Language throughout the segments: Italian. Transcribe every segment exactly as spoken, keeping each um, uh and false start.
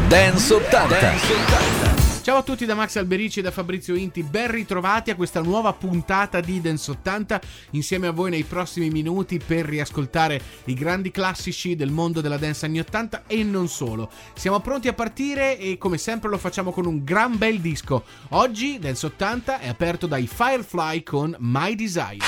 Dance ottanta. Ciao a tutti da Max Alberici e da Fabrizio Inti, ben ritrovati a questa nuova puntata di Dance ottanta insieme a voi nei prossimi minuti per riascoltare i grandi classici del mondo della dance anni ottanta e non solo. Siamo pronti a partire e come sempre lo facciamo con un gran bel disco. Oggi Dance ottanta è aperto dai Firefly con My Desire.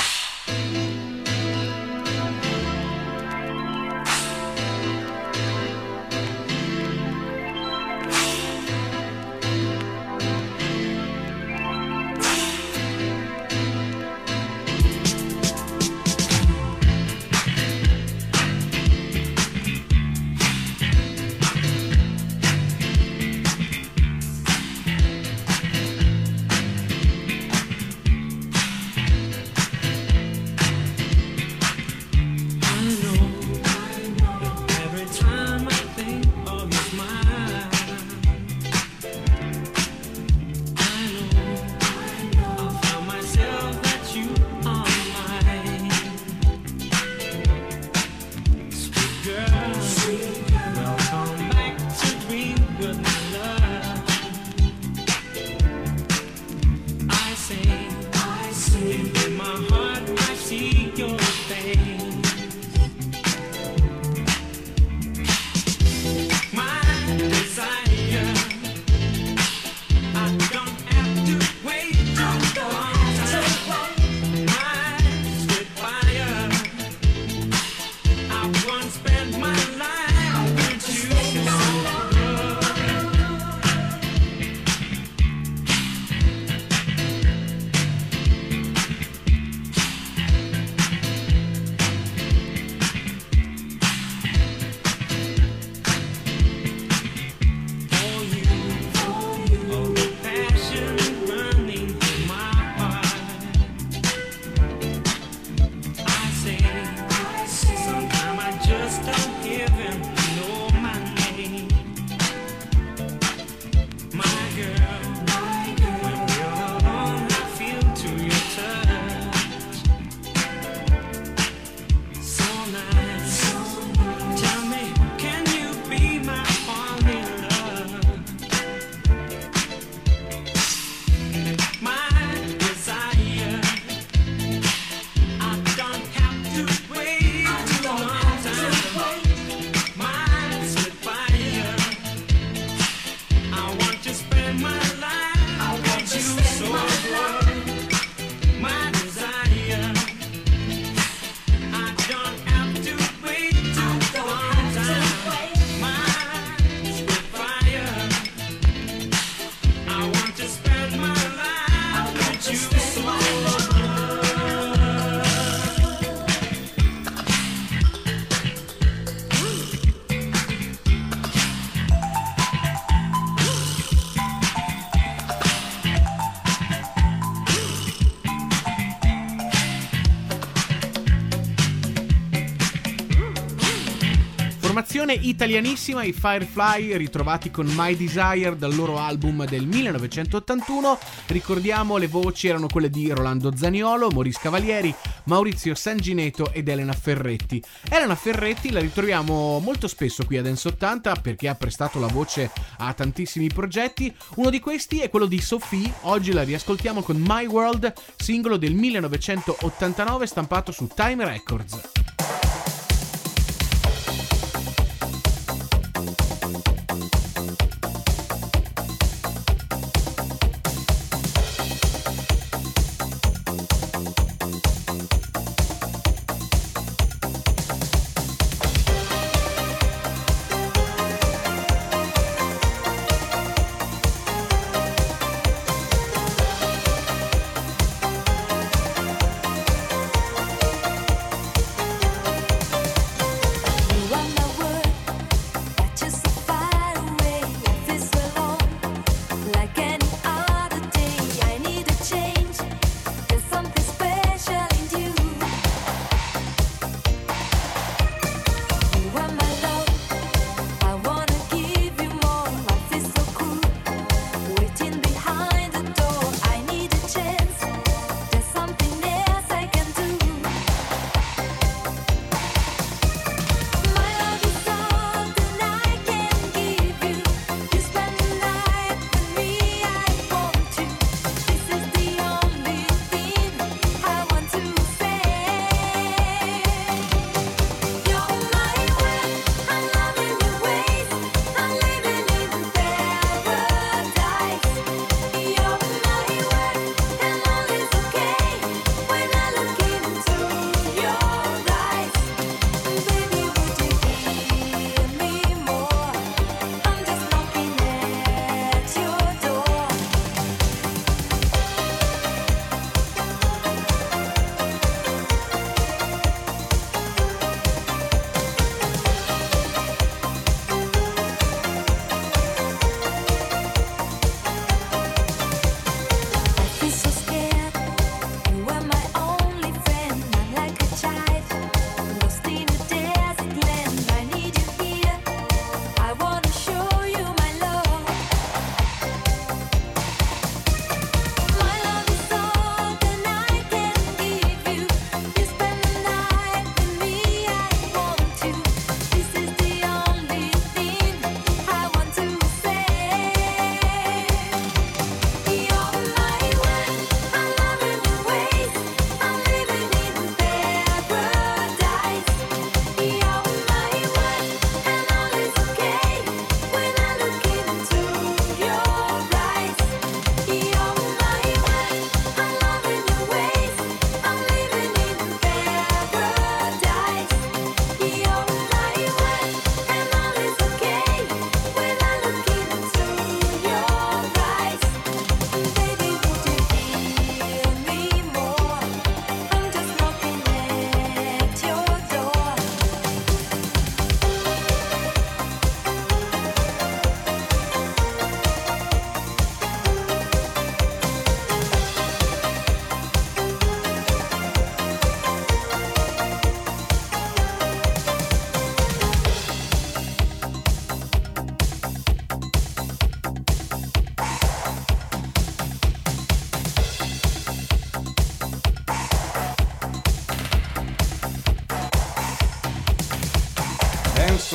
Formazione italianissima, i Firefly, ritrovati con My Desire dal loro album del millenovecentottantuno. Ricordiamo, le voci erano quelle di Rolando Zaniolo, Maurice Cavalieri, Maurizio Sangineto ed Elena Ferretti. Elena Ferretti la ritroviamo molto spesso qui a Dance ottanta perché ha prestato la voce a tantissimi progetti. Uno di questi è quello di Sophie. Oggi la riascoltiamo con My World, singolo del millenovecentottantanove stampato su Time Records.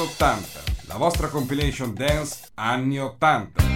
ottanta, la vostra compilation dance anni ottanta.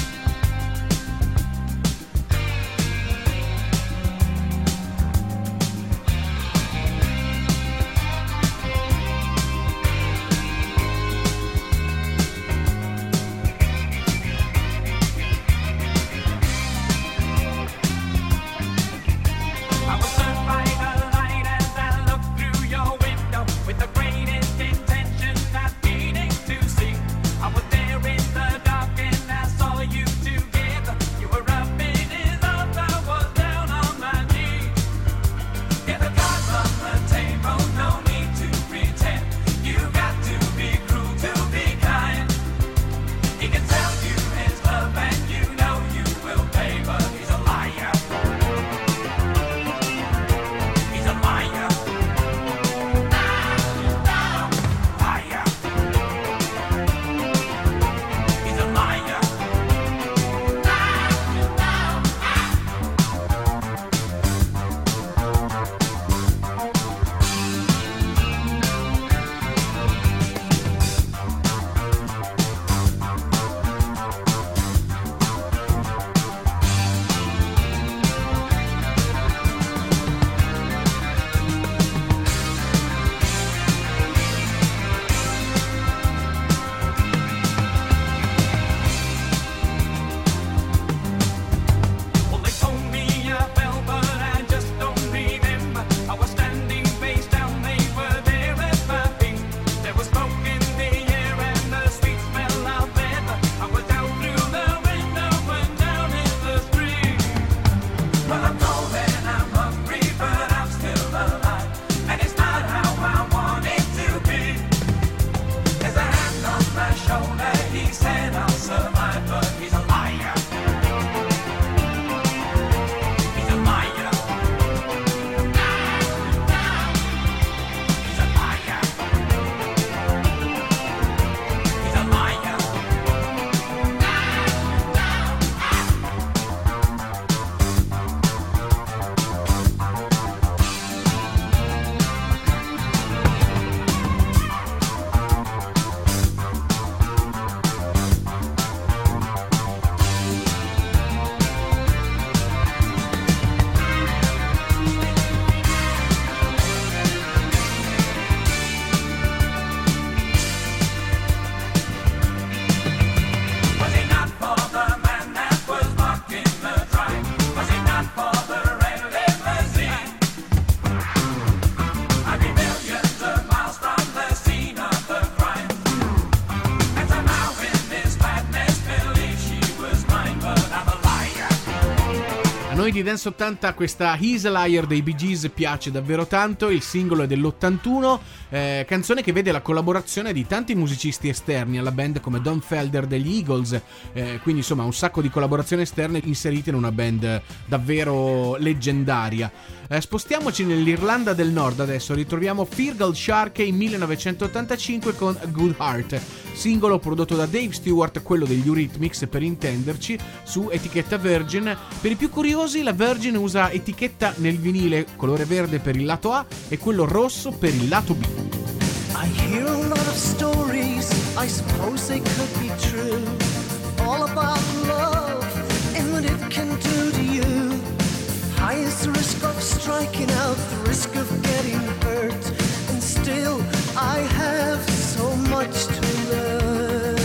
Noi di Dance ottanta questa He's a Liar dei Bee Gees piace davvero tanto, il singolo è dell'ottantuno, eh, canzone che vede la collaborazione di tanti musicisti esterni alla band come Don Felder degli Eagles, eh, quindi insomma un sacco di collaborazioni esterne inserite in una band davvero leggendaria. Eh, spostiamoci nell'Irlanda del Nord adesso, ritroviamo Feargal Shark in millenovecentottantacinque con A Good Heart, singolo prodotto da Dave Stewart, quello degli Eurythmics per intenderci, su etichetta Virgin. Per i più curiosi, la Virgin usa etichetta nel vinile colore verde per il lato A e quello rosso per il lato B. I hear a lot of stories, I suppose they could be true, all about love and what it can do to you. High is the risk of striking out, the risk of getting hurt, and still I have so much to learn.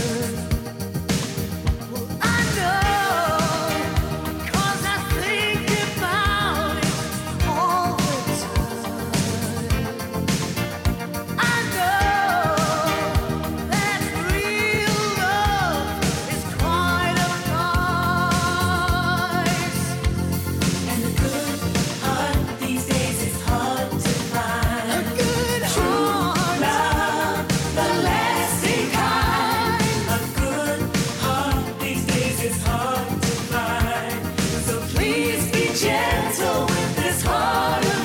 Well, I know, 'cause I think about it all the time. I know that real love is quite a price, and a good heart these days is hard to find. A good heart, love, the lasting kind. A good heart these days is hard to find. So please be gentle with this heart of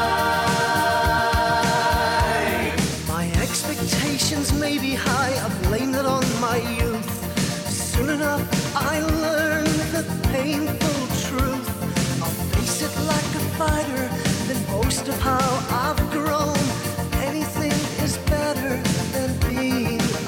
mine. My expectations may be high, I've blamed it on my youth. Soon enough I learn the painful truth. I'll face it like a fighter, then boast of how I've grown. Anything is better than being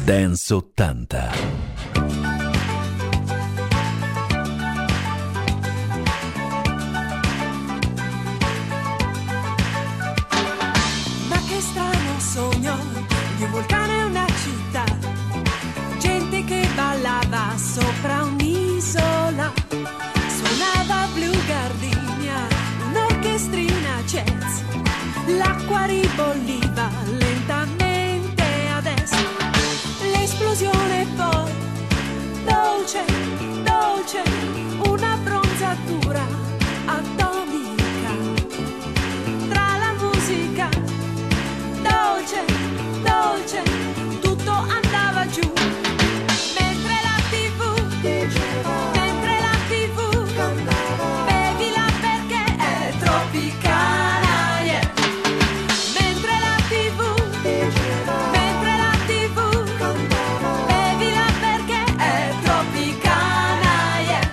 Dance ottanta. Di un vulcano e una città, gente che ballava sopra un'isola, suonava Blue Gardenia, un'orchestrina jazz, l'acqua ribolliva lentamente ad est, l'esplosione poi, dolce, dolce, una bronzatura atomica, tra la musica, dolce, dolce, tutto andava giù, mentre la tivù, mentre la tivù, bevila perché è tropicana, yeah. Mentre la tivù, mentre la tivù, bevila perché è tropicana, yeah.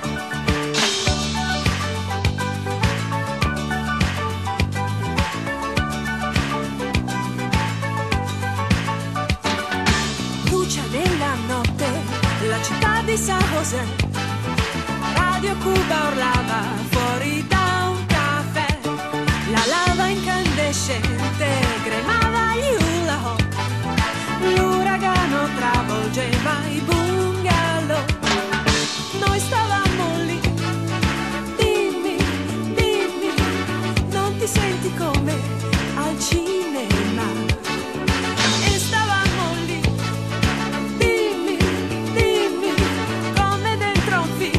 Luce nella notte, la città di San José, Radio Cuba urlava fuori da un caffè, la lava incandescente gremava gli hula hoop, l'uragano travolgeva i bungalow, noi stavamo lì, dimmi, dimmi, non ti senti come al cinema? E stavamo lì, dimmi, dimmi, come dentro un film.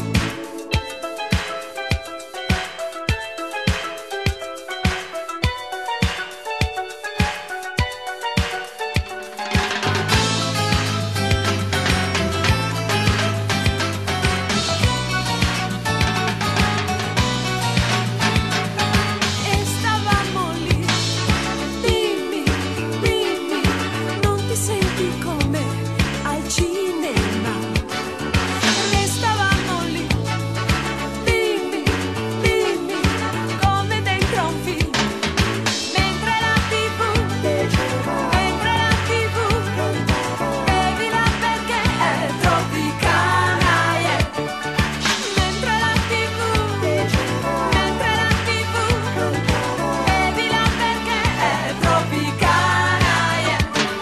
E stavamo lì, dimmi, dimmi, non ti senti come al cinema? E stavamo lì, dimmi, dimmi, come dentro un film. Mentre la tivù, mentre la tivù, bevila perché è tropicana, yeah. Mentre la tivù, mentre la tivù, bevila perché è tropicana, yeah.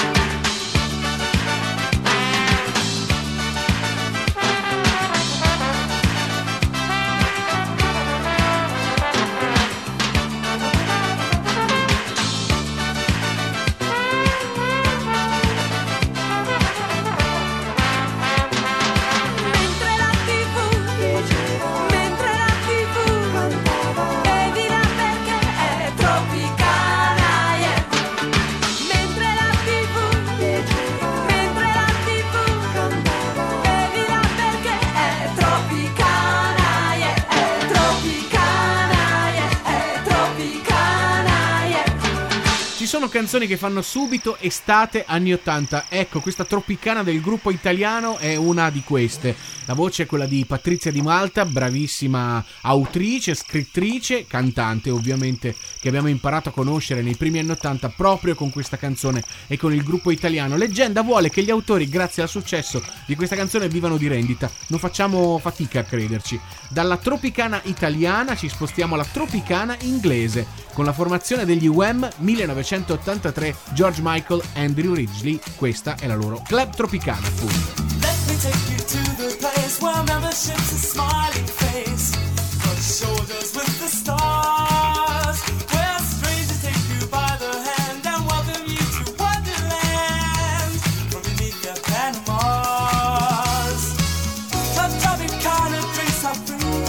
Mentre la tivù, mentre la tivù, bevila perché è tropicana, yeah. Mentre la tivù, mentre la tivù, bevila perché è tropicana, yeah. È tropicana, yeah. È tropicana, yeah. Ci sono canzoni che fanno subito estate anni ottanta. Ecco, questa Tropicana del gruppo italiano è una di queste. La voce è quella di Patrizia Di Malta, bravissima autrice, scrittrice, cantante ovviamente, che abbiamo imparato a conoscere nei primi anni ottanta proprio con questa canzone e con il gruppo italiano. Leggenda vuole che gli autori, grazie al successo di questa canzone, vivano di rendita. Non facciamo fatica a crederci. Dalla Tropicana italiana ci spostiamo alla Tropicana inglese, con la formazione degli U E M millenovecentottantatré, George Michael, Andrew Ridgeley. Questa è la loro Club Tropicana. Let me take you to the place where membership's a smiling face, broad shoulders with the stars, where strangers take you by the hand and welcome you to Wonderland from beneath their Panamas. The Tropicana drinks are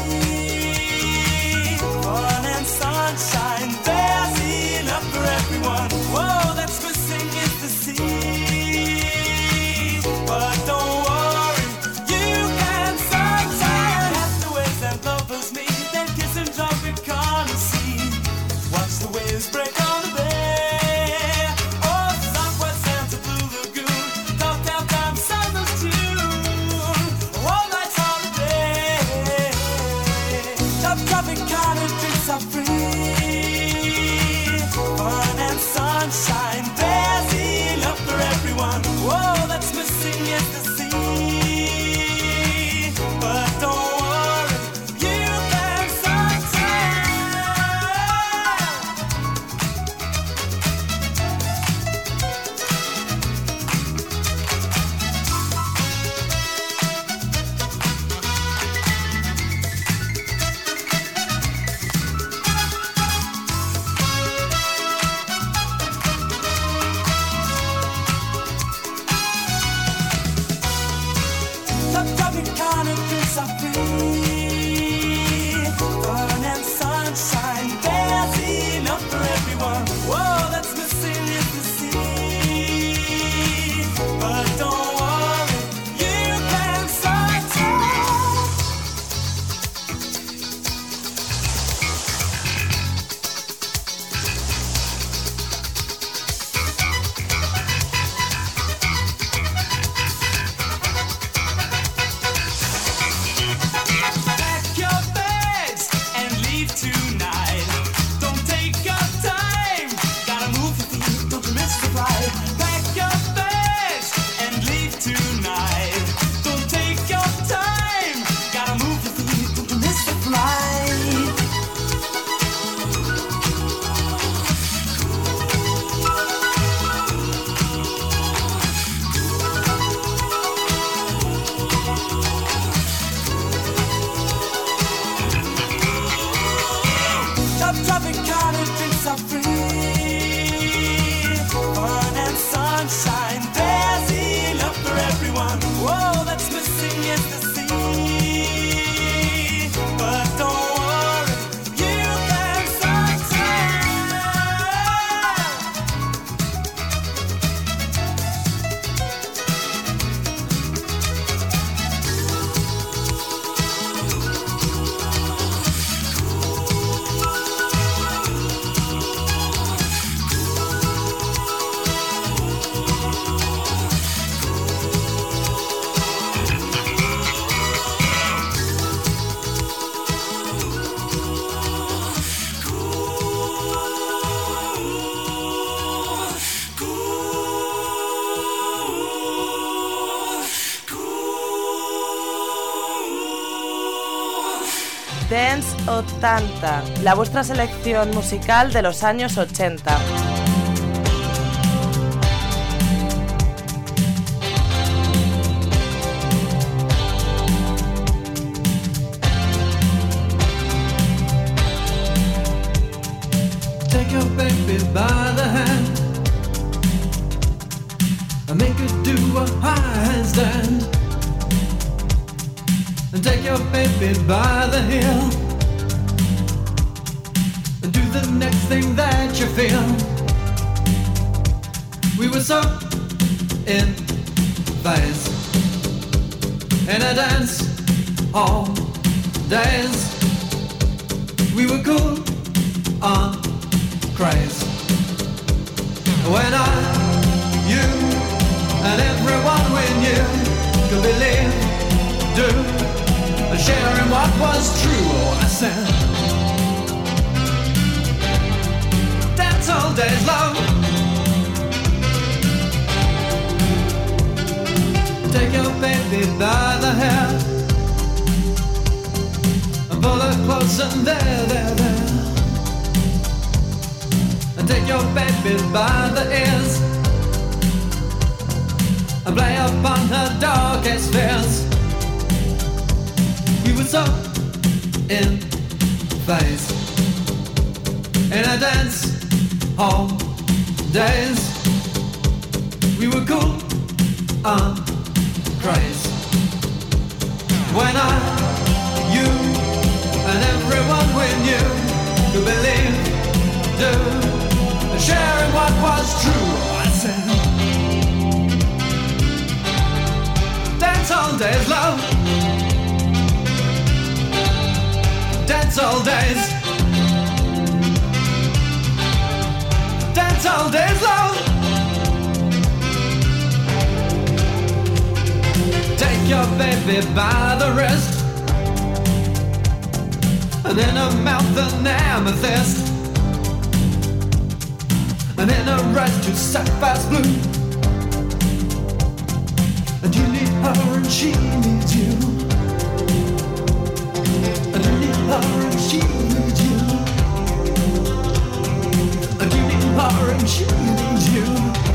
free, fun and sunshine, there's enough for everyone. Whoa, that's missing is the sea, but don't worry, you can sunshine. Have the waves and lovers meet, then kiss and Tropicana sea. Watch the waves break on the bay. Oh, Southwest Santa Blue Lagoon, Talk Downtown Summer's tune, all night's holiday. Top Tropicana drinks are free, fun and sunshine, there's enough for everyone. Whoa, that's me. Dance ochenta, la vuestra selección musical de los años ochenta. Take your baby by the hand and make her do a handstand. And take your baby by the heel and do the next thing that you feel. We were so in phase in a dance all days. We were cool on craze. When I, you, and everyone we knew could believe, do, sharing what was true. Oh, I said, dance all days long. Take your baby by the hair and pull her close and there, there, there. And take your baby by the ears and play upon her darkest fears. We were so in phase in a dance hall days. We were cool on craze. When I, you, and everyone we knew could believe, do, sharing what was true. I said, dance all days, love. Dance all days. Dance all days, love. Take your baby by the wrist and in her mouth an amethyst, and in her eyes two sapphires blue. And you need her and she needs you. And you need her and she needs you. And you need her and she needs you.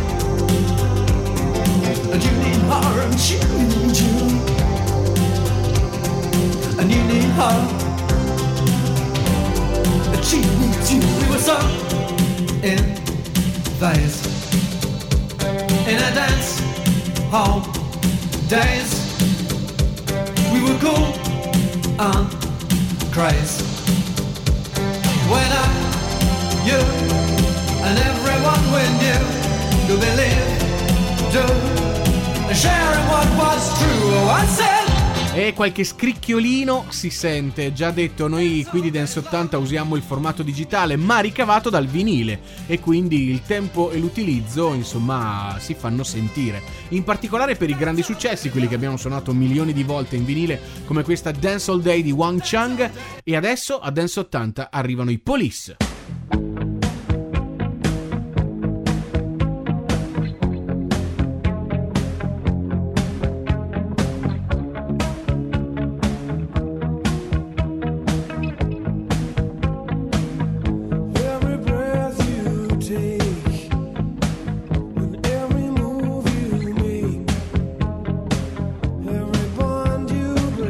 And you need her and she needs you. And you need her and she needs you. We were so in phase in a dance hall days. We were cool on craze. When I, you, and everyone we knew could believe, do, sharing what was true. Oh, I said. E qualche scricchiolino si sente. Già detto, noi qui di Dance ottanta usiamo il formato digitale ma ricavato dal vinile, e quindi il tempo e l'utilizzo insomma si fanno sentire, in particolare per i grandi successi, quelli che abbiamo suonato milioni di volte in vinile, come questa Dance All Day di Wang Chung. E adesso a Dance ottanta arrivano i Police.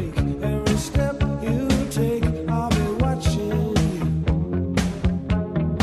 Step you take, I'll be watching you.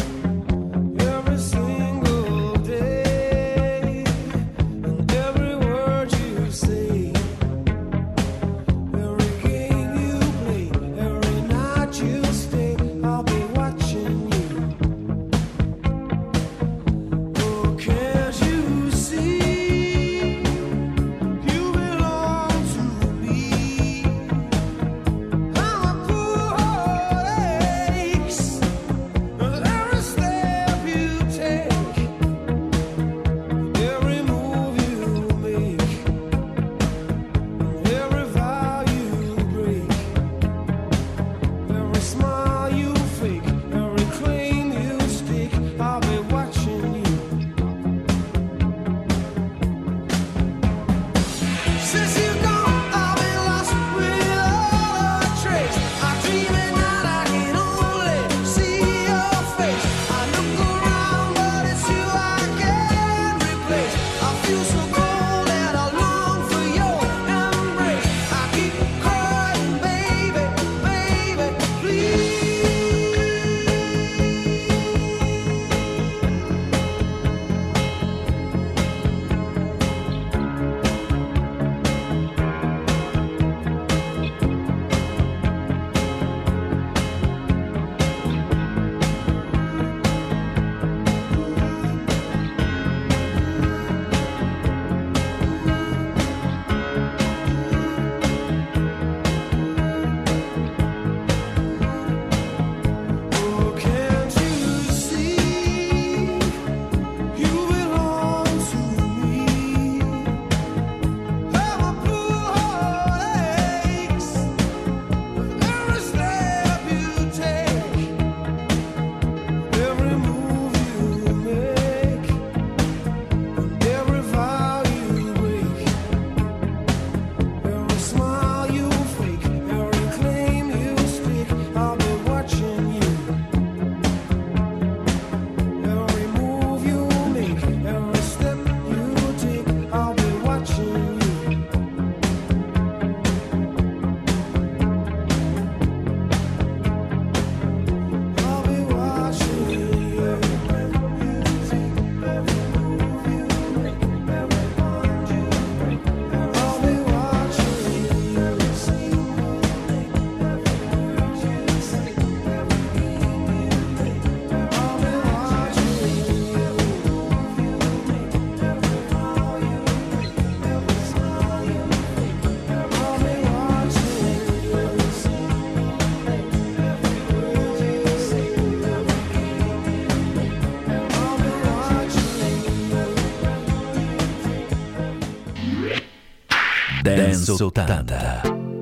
Dance ottanta.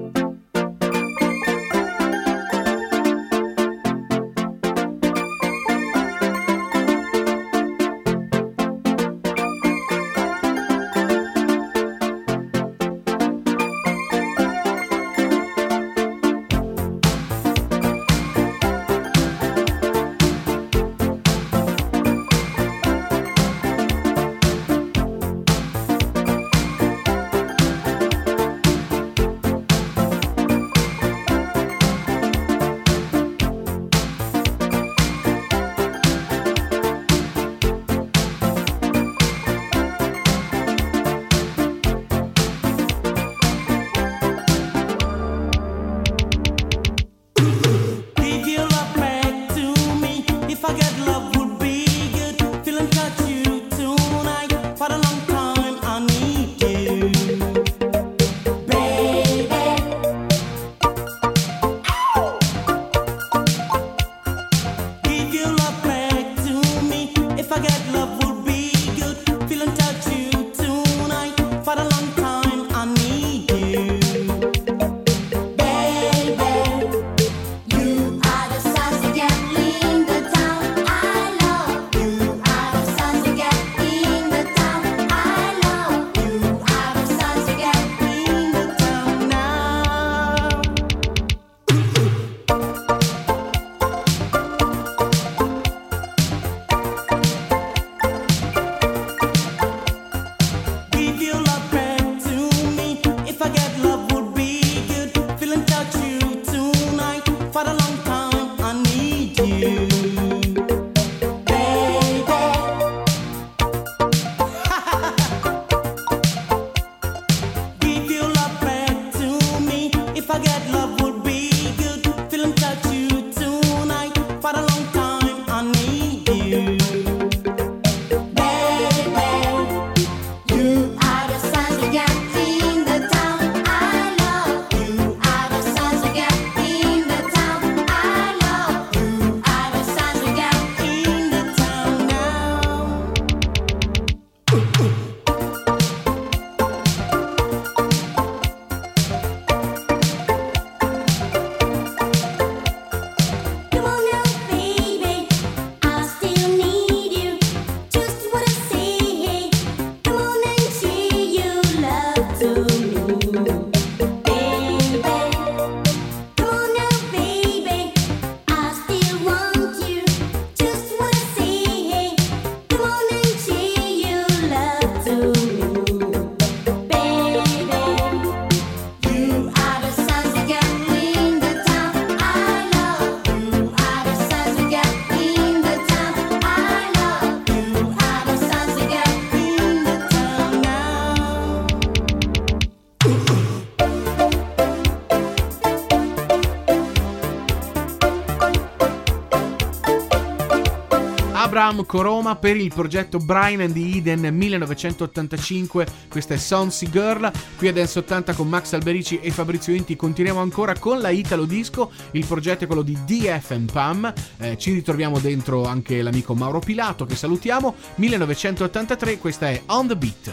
Abraham Koroma per il progetto Brian and the Eden millenovecentottantacinque. Questa è Sonsi Girl. Qui a Dance ottanta con Max Alberici e Fabrizio Inti continuiamo ancora con la Italo Disco. Il progetto è quello di D F and P A M. Eh, ci ritroviamo dentro anche l'amico Mauro Pilato, che salutiamo. millenovecentottantatré, questa è On the Beat.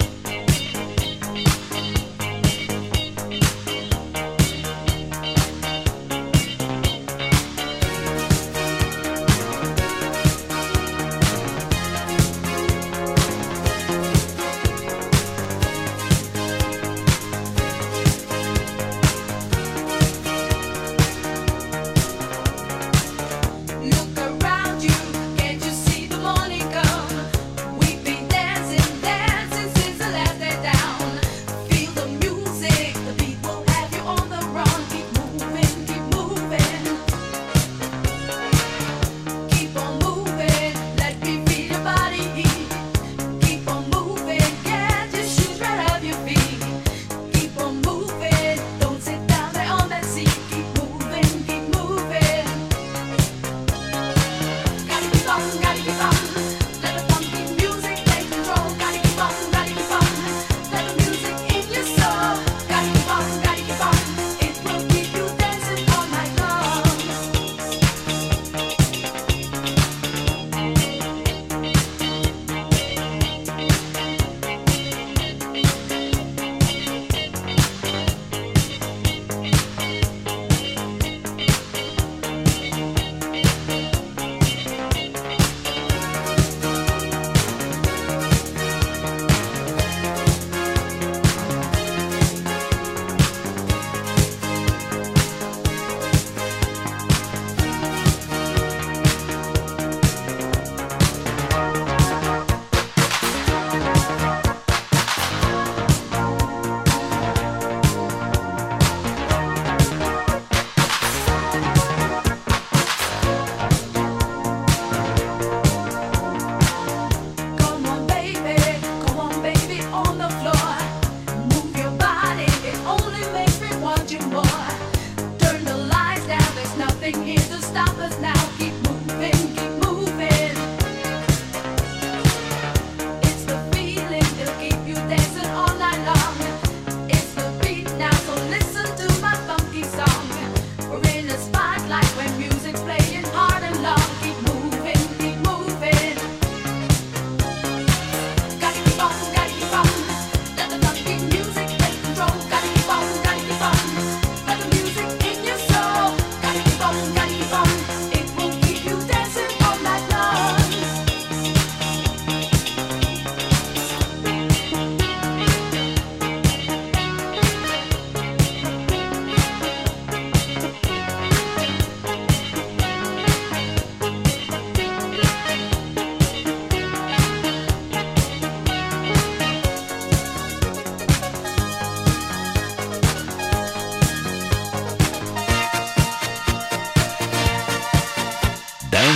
Thank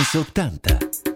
Dance ottanta.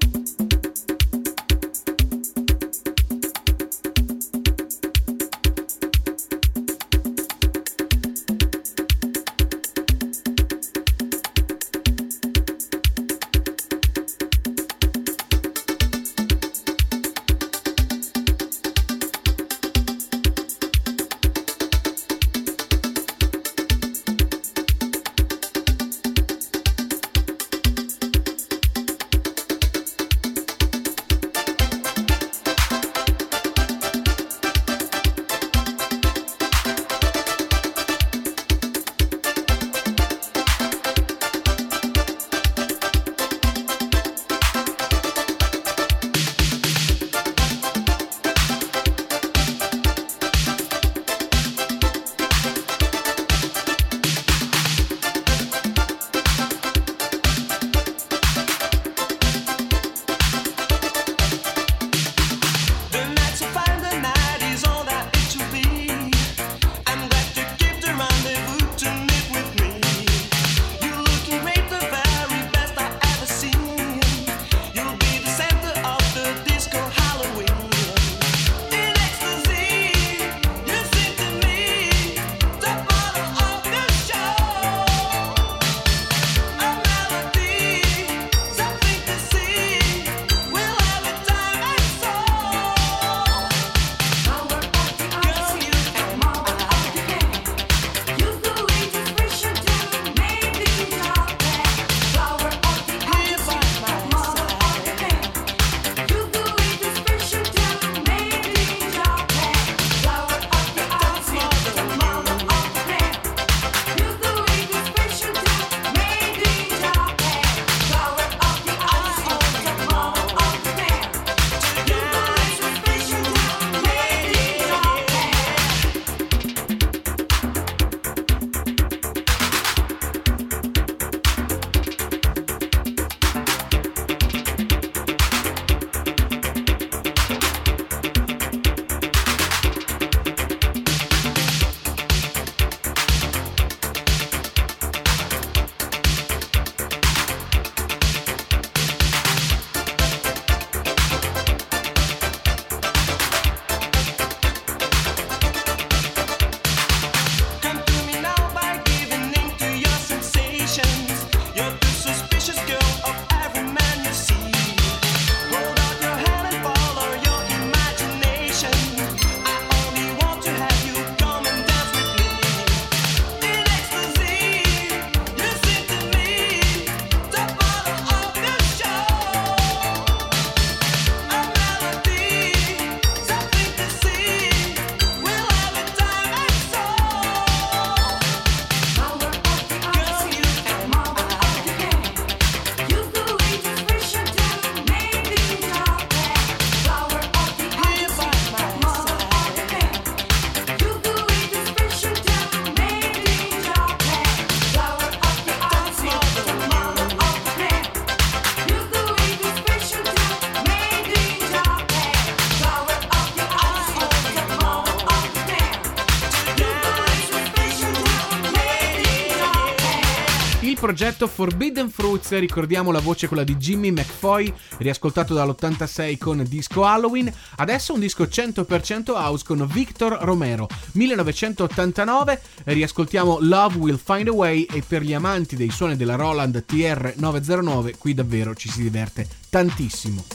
progetto Forbidden Fruits, ricordiamo la voce quella di Jimmy McFoy, riascoltato dall'ottantasei con Disco Halloween. Adesso un disco cento per cento house con Victor Romero, millenovecentottantanove, riascoltiamo Love Will Find a Way, e per gli amanti dei suoni della Roland T R novecentonove qui davvero ci si diverte tantissimo.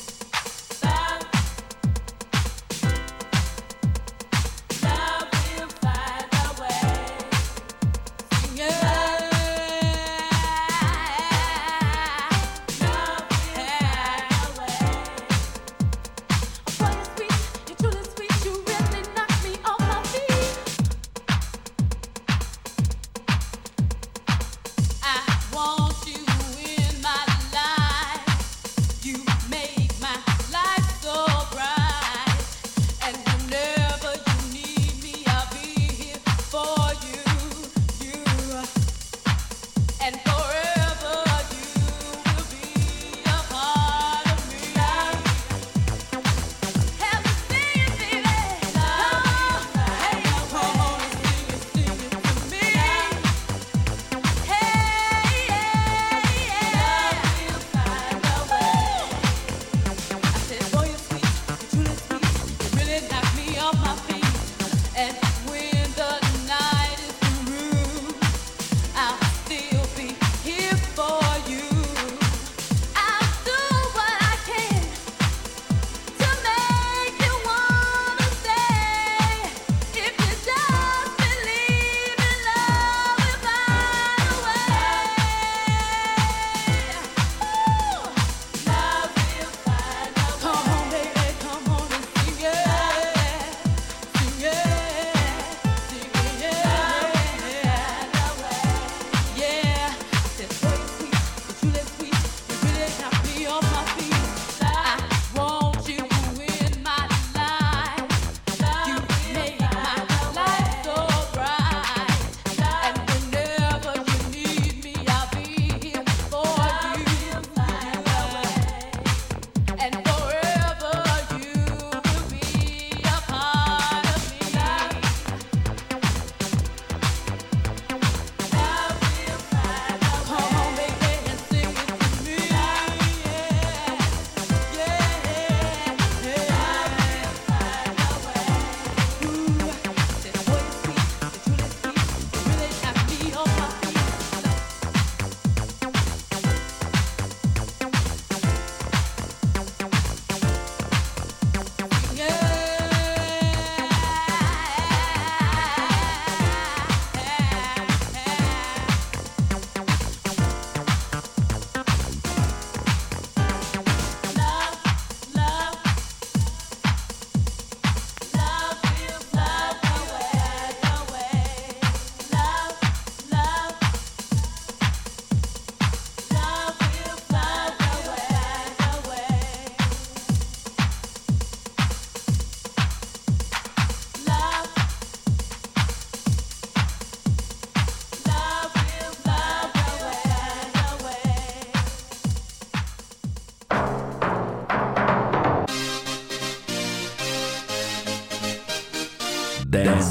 Want you in my life, you make my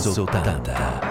Dance ottanta.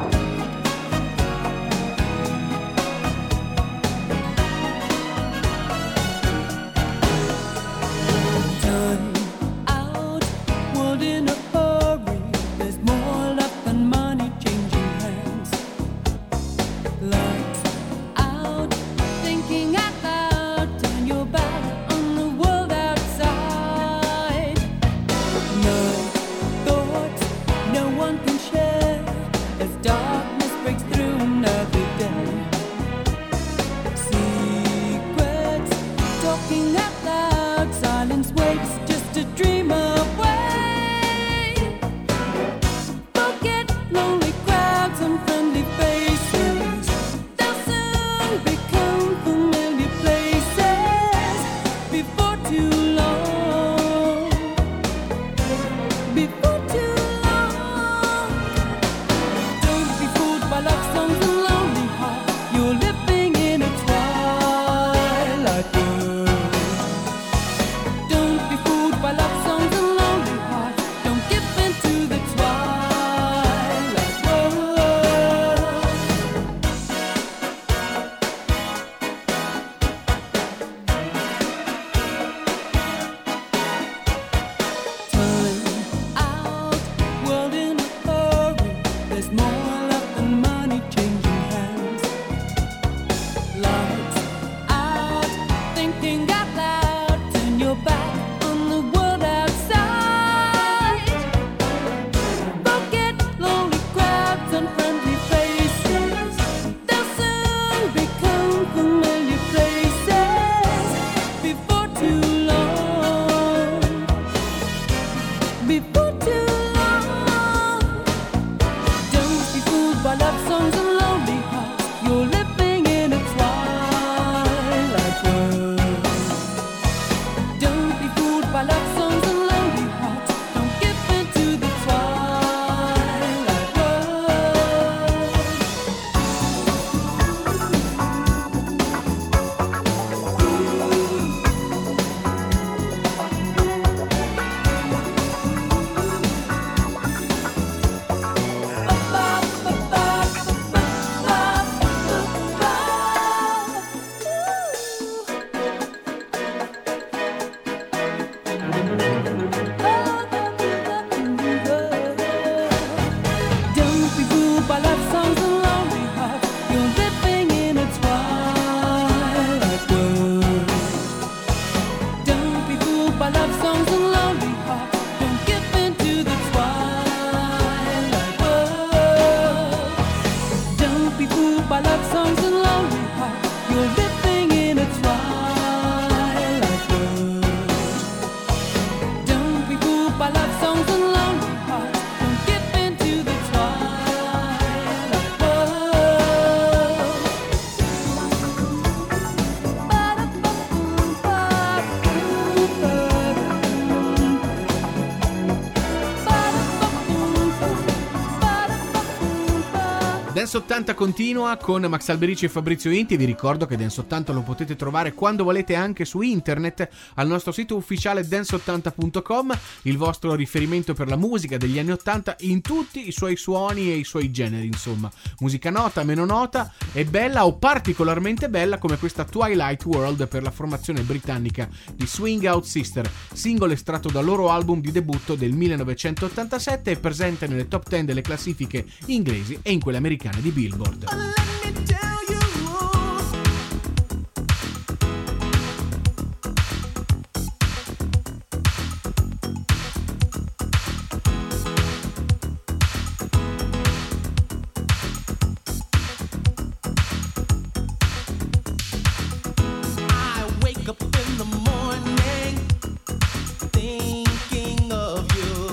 Dance ottanta continua con Max Alberici e Fabrizio Inti. Vi ricordo che Dance ottanta lo potete trovare quando volete anche su internet al nostro sito ufficiale dance ottanta punto com, il vostro riferimento per la musica degli anni ottanta in tutti i suoi suoni e i suoi generi, insomma, musica nota, meno nota, e bella o particolarmente bella come questa Twilight World per la formazione britannica di Swing Out Sister, singolo estratto dal loro album di debutto del millenovecentottantasette e presente nelle top dieci delle classifiche inglesi e in quelle americane di Billboard.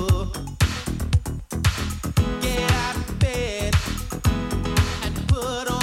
Put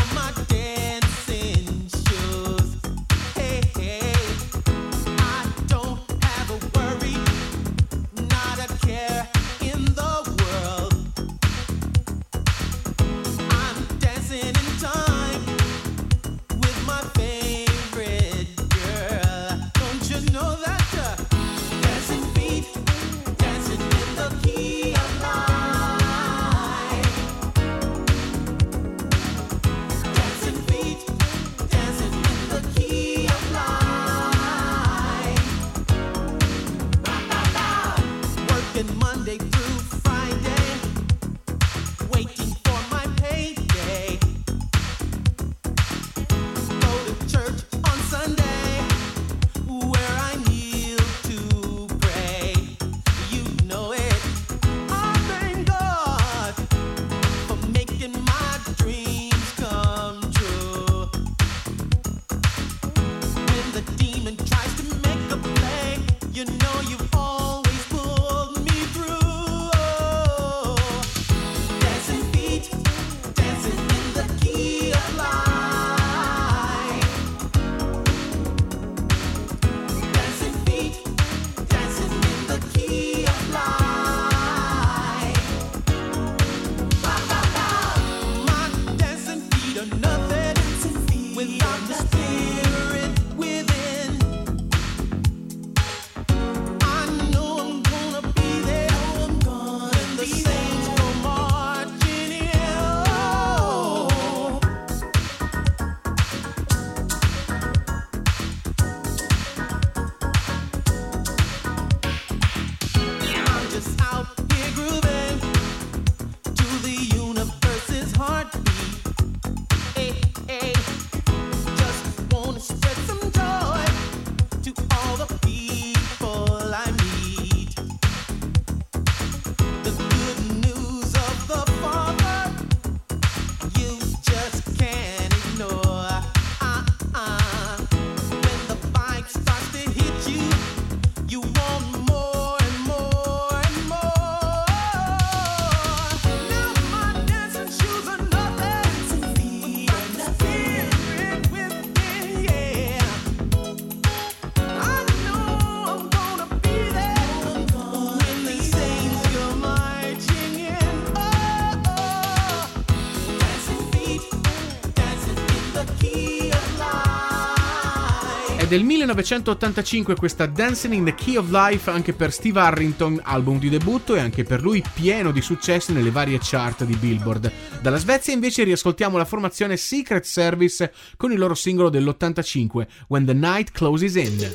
del millenovecentottantacinque questa Dancing in the Key of Life anche per Steve Harrington, album di debutto e anche per lui pieno di successi nelle varie chart di Billboard. Dalla Svezia invece riascoltiamo la formazione Secret Service con il loro singolo dell'ottantacinque, When the Night Closes In.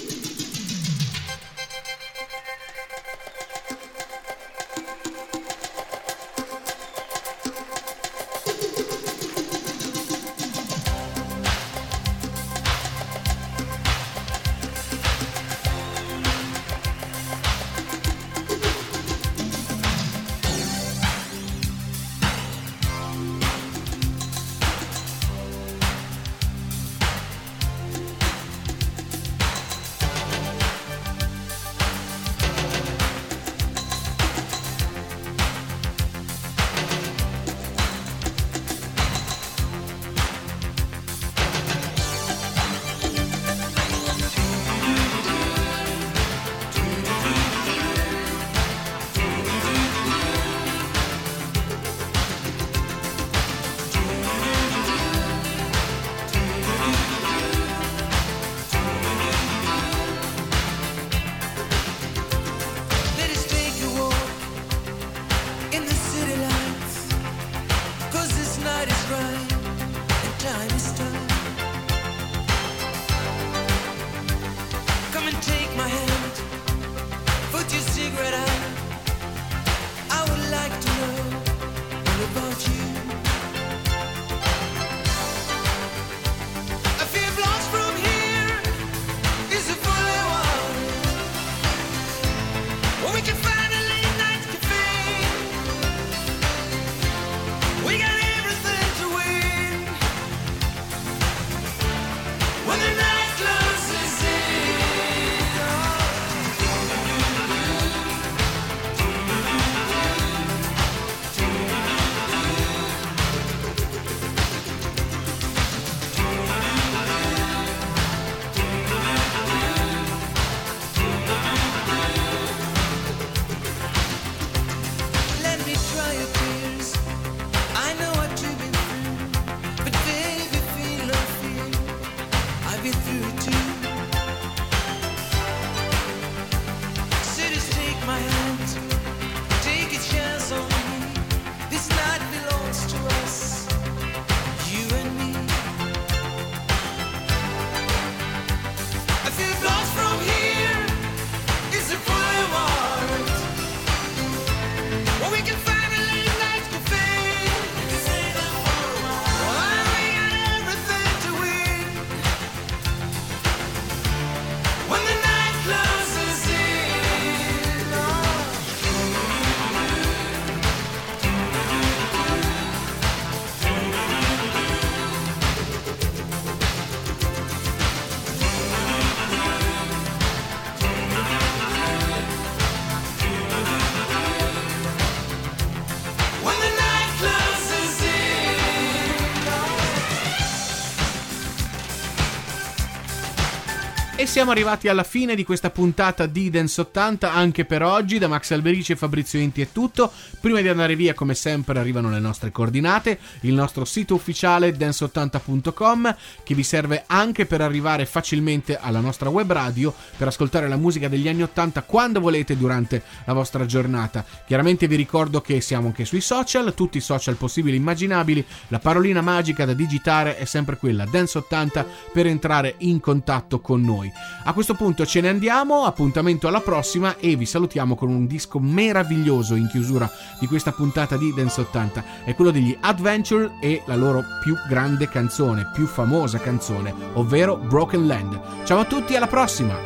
E siamo arrivati alla fine di questa puntata di Dance ottanta anche per oggi. Da Max Alberici e Fabrizio Inti è tutto. Prima di andare via, come sempre, arrivano le nostre coordinate, il nostro sito ufficiale dance ottanta punto com, che vi serve anche per arrivare facilmente alla nostra web radio, per ascoltare la musica degli anni ottanta quando volete durante la vostra giornata. Chiaramente vi ricordo che siamo anche sui social, tutti i social possibili e immaginabili. La parolina magica da digitare è sempre quella, Dance ottanta, per entrare in contatto con noi. A questo punto ce ne andiamo, appuntamento alla prossima, e vi salutiamo con un disco meraviglioso in chiusura di questa puntata di Dance ottanta. È quello degli Adventure e la loro più grande canzone, più famosa canzone, ovvero Broken Land. Ciao a tutti, alla prossima!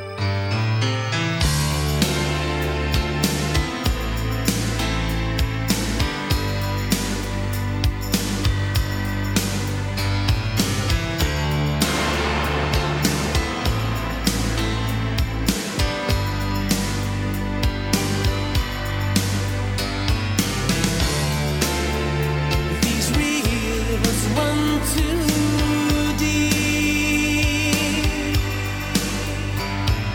Too deep.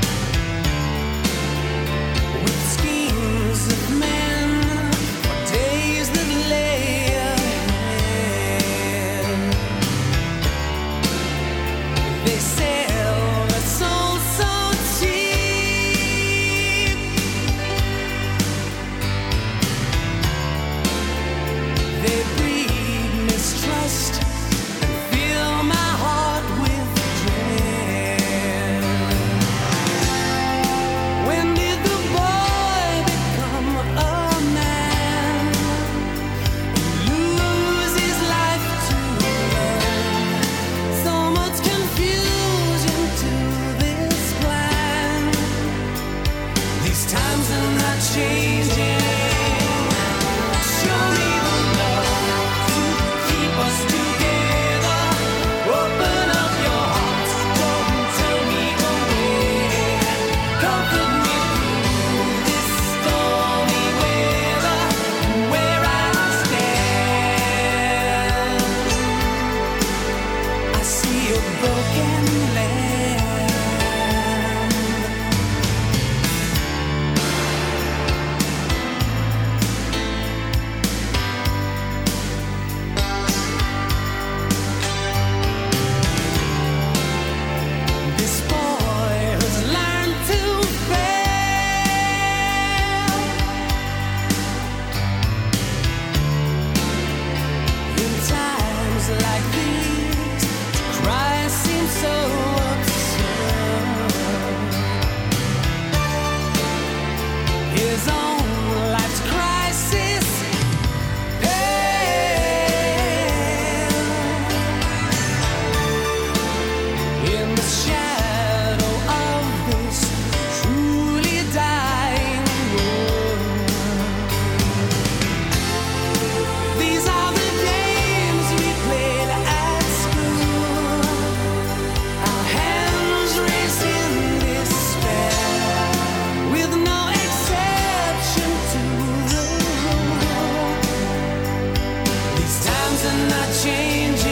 are not changing.